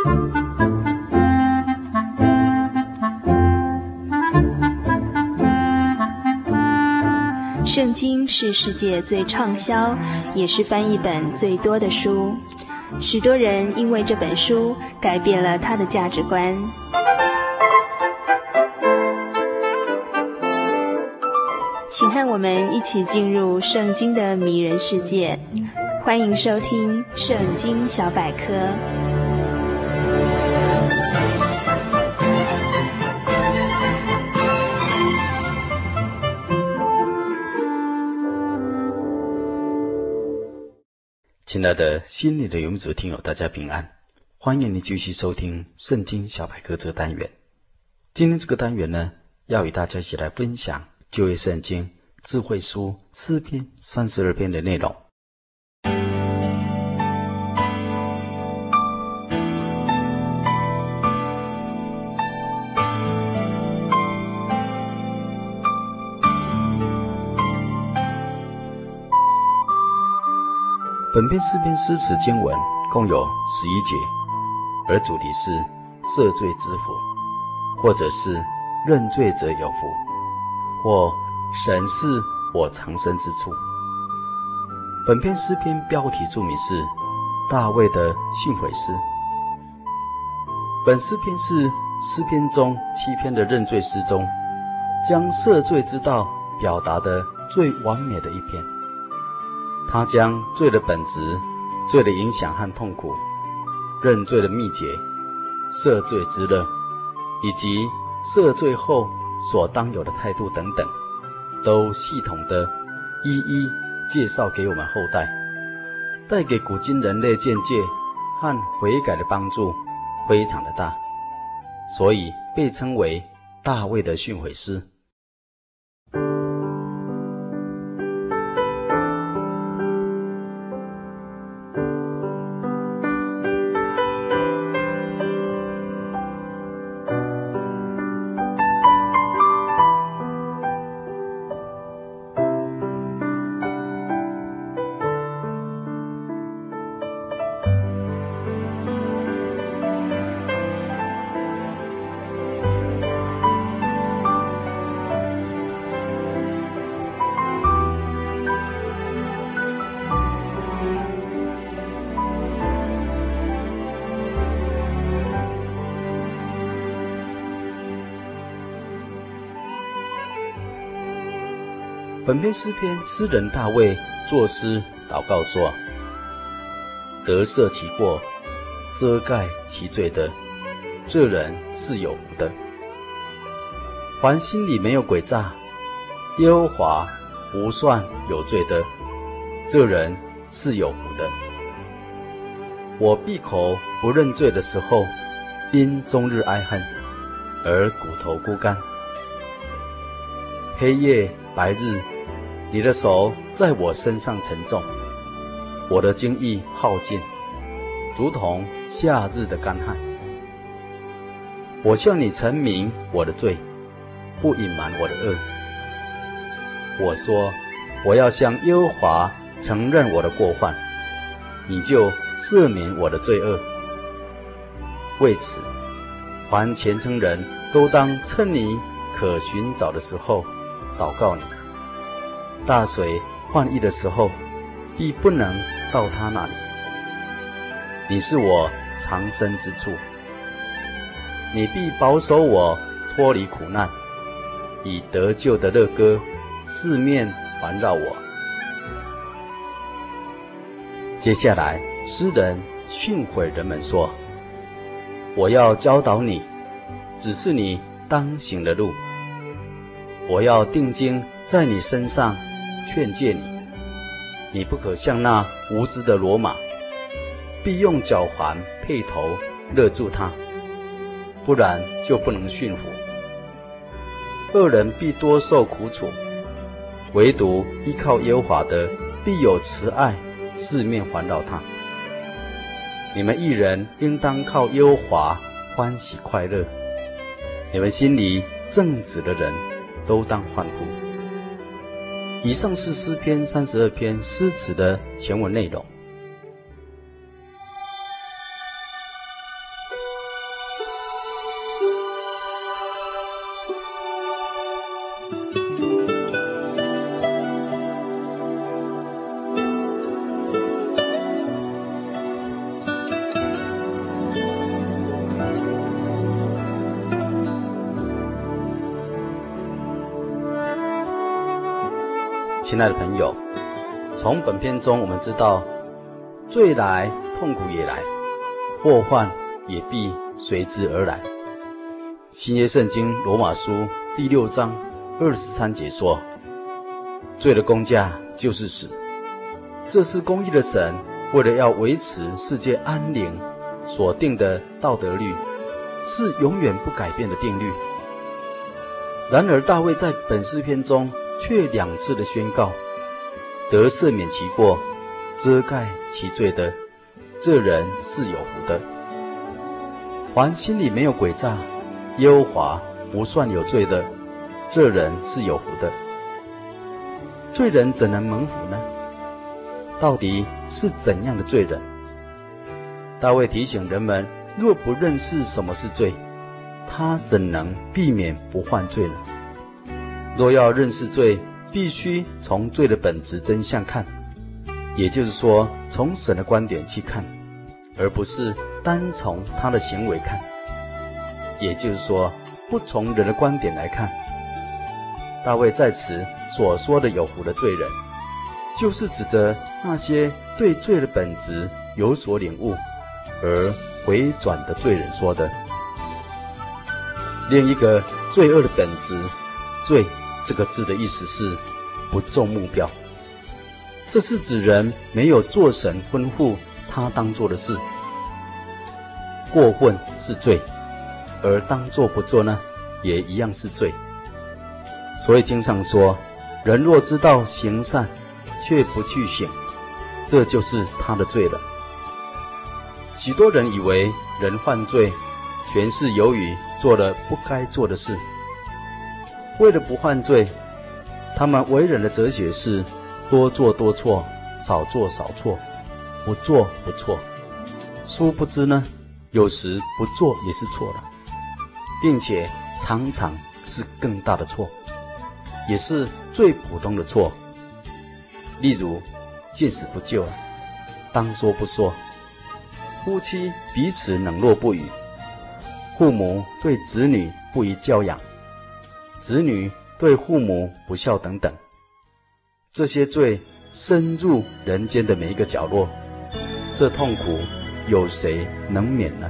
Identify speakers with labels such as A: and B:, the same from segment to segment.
A: 圣经是世界最畅销，也是翻译本最多的书。许多人因为这本书改变了他的价值观。请和我们一起进入圣经的迷人世界，欢迎收听《圣经小百科》。
B: 亲爱的心灵的游牧者听友，大家平安，欢迎你继续收听圣经小百科这个单元。今天这个单元呢，要与大家一起来分享旧约圣经智慧书诗篇32篇的内容。本篇诗篇诗词经文共有11节，而主题是赦罪之福，或者是认罪者有福，或神是我藏身之处。本篇诗篇标题注明是大卫的训诲诗。本诗篇是诗篇中7篇的认罪诗中，将赦罪之道表达的最完美的一篇。他将罪的本质、罪的影响和痛苦、认罪的秘诀、赦罪之乐，以及赦罪后所当有的态度等等，都系统的一一介绍给我们后代，带给古今人类见解和悔改的帮助非常的大，所以被称为大卫的训诲诗。本篇诗篇，诗人大卫作诗祷告说：得赦其过，遮盖其罪的，这人是有福的。凡心里没有诡诈，耶和华不算有罪的，这人是有福的。我闭口不认罪的时候，因终日哀恨，而骨头枯干。黑夜白日，你的手在我身上沉重，我的精意耗尽，如同夏日的干旱。我向你陈明我的罪，不隐瞒我的恶。我说，我要向耶和华承认我的过犯，你就赦免我的罪恶。为此，凡虔诚人都当趁你可寻找的时候祷告你。大水患疫的时候，必不能到他那里。你是我藏身之处，你必保守我脱离苦难，以得救的乐歌四面环绕我。接下来，诗人训诲人们说：我要教导你，指示你当行的路。我要定睛在你身上，劝诫你，你不可像那无知的骡马，必用脚环辔头勒住它，不然就不能驯服。恶人必多受苦楚，唯独依靠耶和华的，必有慈爱四面环绕他。你们义人应当靠耶和华欢喜快乐，你们心里正直的人都当欢呼。以上是诗篇32篇诗词的全文内容。 亲爱的朋友，从本篇中我们知道，罪来，痛苦也来，祸患也必随之而来。新约圣经罗马书第6章23节说，罪的工价就是死，这是公义的神为了要维持世界安宁所定的道德律，是永远不改变的定律。然而大卫在本诗篇中却2次的宣告，得赦免其过，遮盖其罪的，这人是有福的。凡心里没有诡诈，耶和华不算有罪的，这人是有福的。罪人怎能蒙福呢？到底是怎样的罪人？大卫提醒人们，若不认识什么是罪，他怎能避免不犯罪呢？若要认识罪，必须从罪的本质真相看，也就是说，从神的观点去看，而不是单从他的行为看，也就是说，不从人的观点来看。大卫在此所说的有福的罪人，就是指着那些对罪的本质有所领悟而回转的罪人说的。另一个罪恶的本质，罪这个字的意思是不重目标，这是指人没有做神吩咐他当做的事。过分是罪，而当作不做呢，也一样是罪。所以经上说，人若知道行善，却不去行，这就是他的罪了。许多人以为人犯罪，全是由于做了不该做的事。为了不犯罪，他们为人的哲学是多做多错，少做少错，不做不错。殊不知呢，有时不做也是错了，并且常常是更大的错，也是最普通的错。例如，见死不救，当说不说；夫妻彼此冷落不语；父母对子女不宜教养；子女对父母不孝等等。这些罪深入人间的每一个角落，这痛苦有谁能免呢？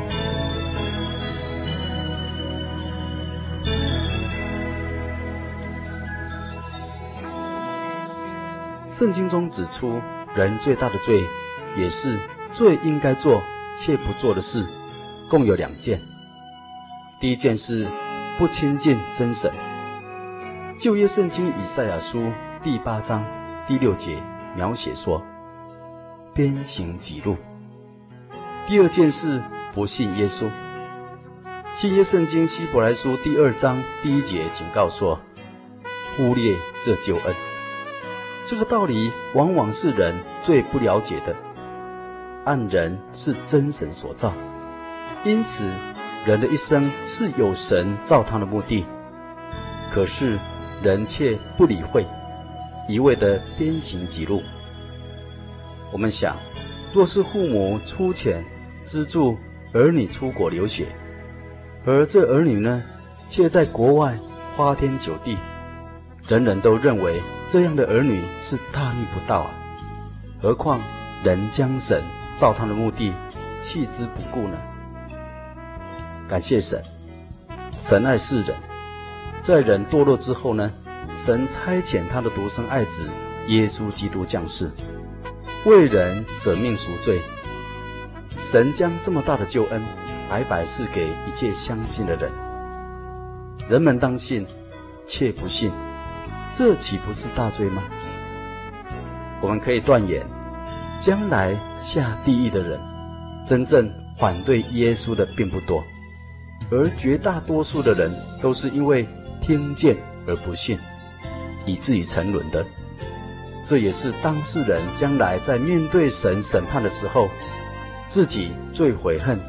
B: 圣经中指出，人最大的罪，也是最应该做却不做的事，共有2件。第一件是不亲近真神。旧约圣经以赛亚书第8章第6节描写说，鞭刑己路。第二件事不信耶稣。新约圣经希伯来书第2章第1节警告说，忽略这救恩。这个道理往往是人最不了解的。按人是真神所造，因此人的一生是有神造他的目的，可是人却不理会，一味的鞭刑己路。我们想，若是父母出钱资助儿女出国留学，而这儿女呢，却在国外花天酒地，人人都认为这样的儿女是大逆不道啊！何况人将神造他的目的弃之不顾呢？感谢神，神爱世人，在人堕落之后呢，神差遣他的独生爱子耶稣基督降世，为人舍命赎罪。神将这么大的救恩白白赐给一切相信的人，人们当信，却不信，这岂不是大罪吗？我们可以断言，将来下地狱的人，真正反对耶稣的并不多，而绝大多数的人都是因为听见而不信，以至于沉沦的。这也是当事人将来在面对神审判的时候，自己最悔恨、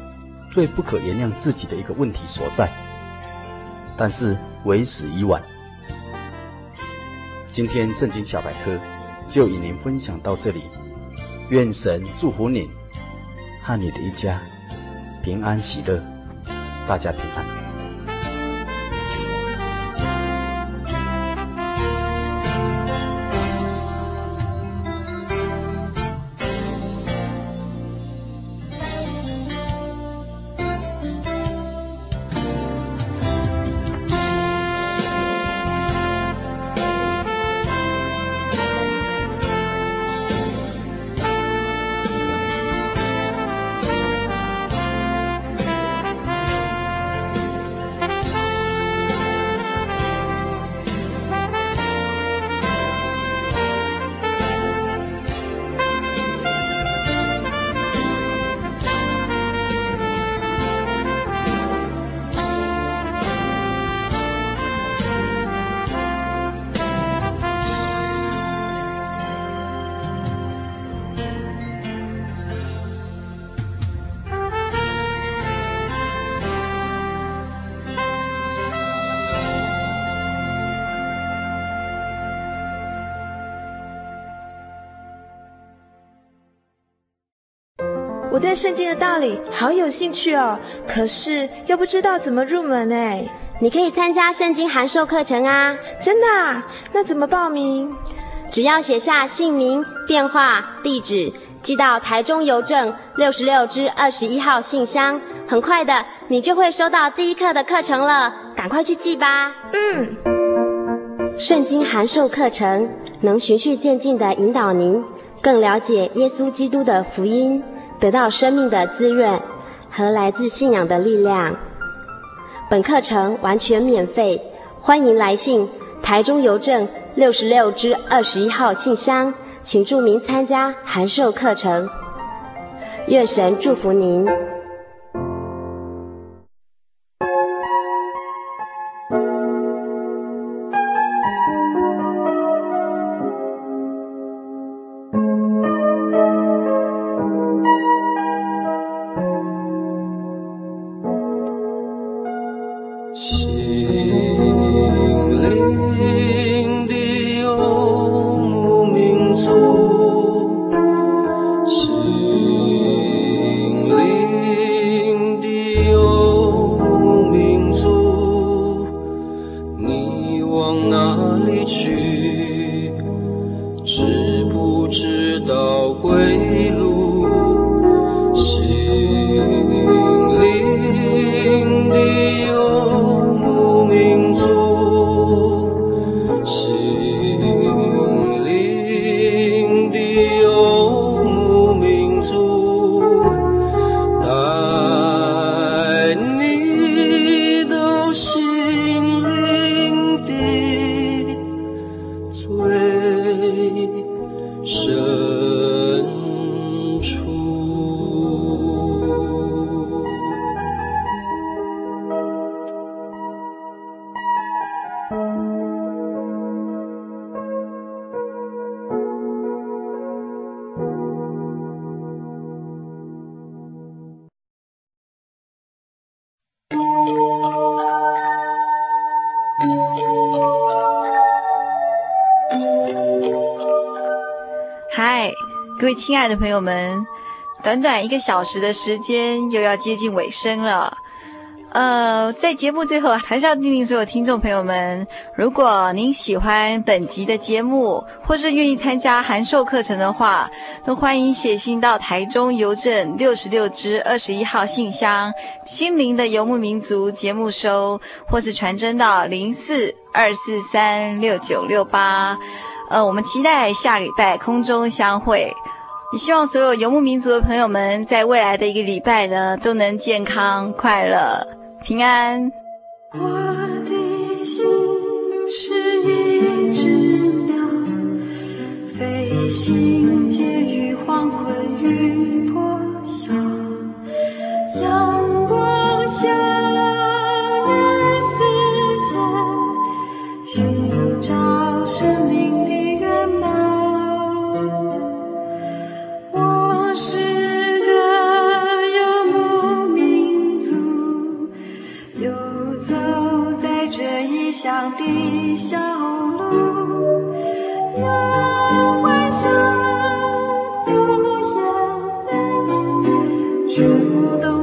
B: 最不可原谅自己的一个问题所在，但是为时已晚。今天圣经小百科就与您分享到这里，愿神祝福您和你的一家平安喜乐，大家平安。
C: 我对圣经的道理好有兴趣哦，可是又不知道怎么入门哎。
D: 你可以参加圣经函授课程啊。
C: 真的啊？那怎么报名？
D: 只要写下姓名、电话、地址，寄到台中邮政66支21号信箱，很快的你就会收到第一课的课程了，赶快去寄吧。圣经函授课程能循序渐进地引导您更了解耶稣基督的福音，得到生命的滋润和来自信仰的力量。本课程完全免费，欢迎来信台中邮政66支21号信箱，请注明参加函授课程。愿神祝福您。
E: 嗨，各位亲爱的朋友们，短短1个小时的时间又要接近尾声了。在节目最后还是要叮咛所有听众朋友们，如果您喜欢本集的节目，或是愿意参加函授课程的话，都欢迎写信到台中邮政66支21号信箱，心灵的游牧民族节目收，或是传真到04-243-6968。我们期待下个礼拜空中相会，也希望所有游牧民族的朋友们在未来的一个礼拜呢，都能健康、快乐、平安。
F: 我的心是一只鸟，飞行介于黄昏与破晓，阳光下日思间，寻找生命的原貌。我是个游牧民乡的小路，有微笑，有眼泪，全部都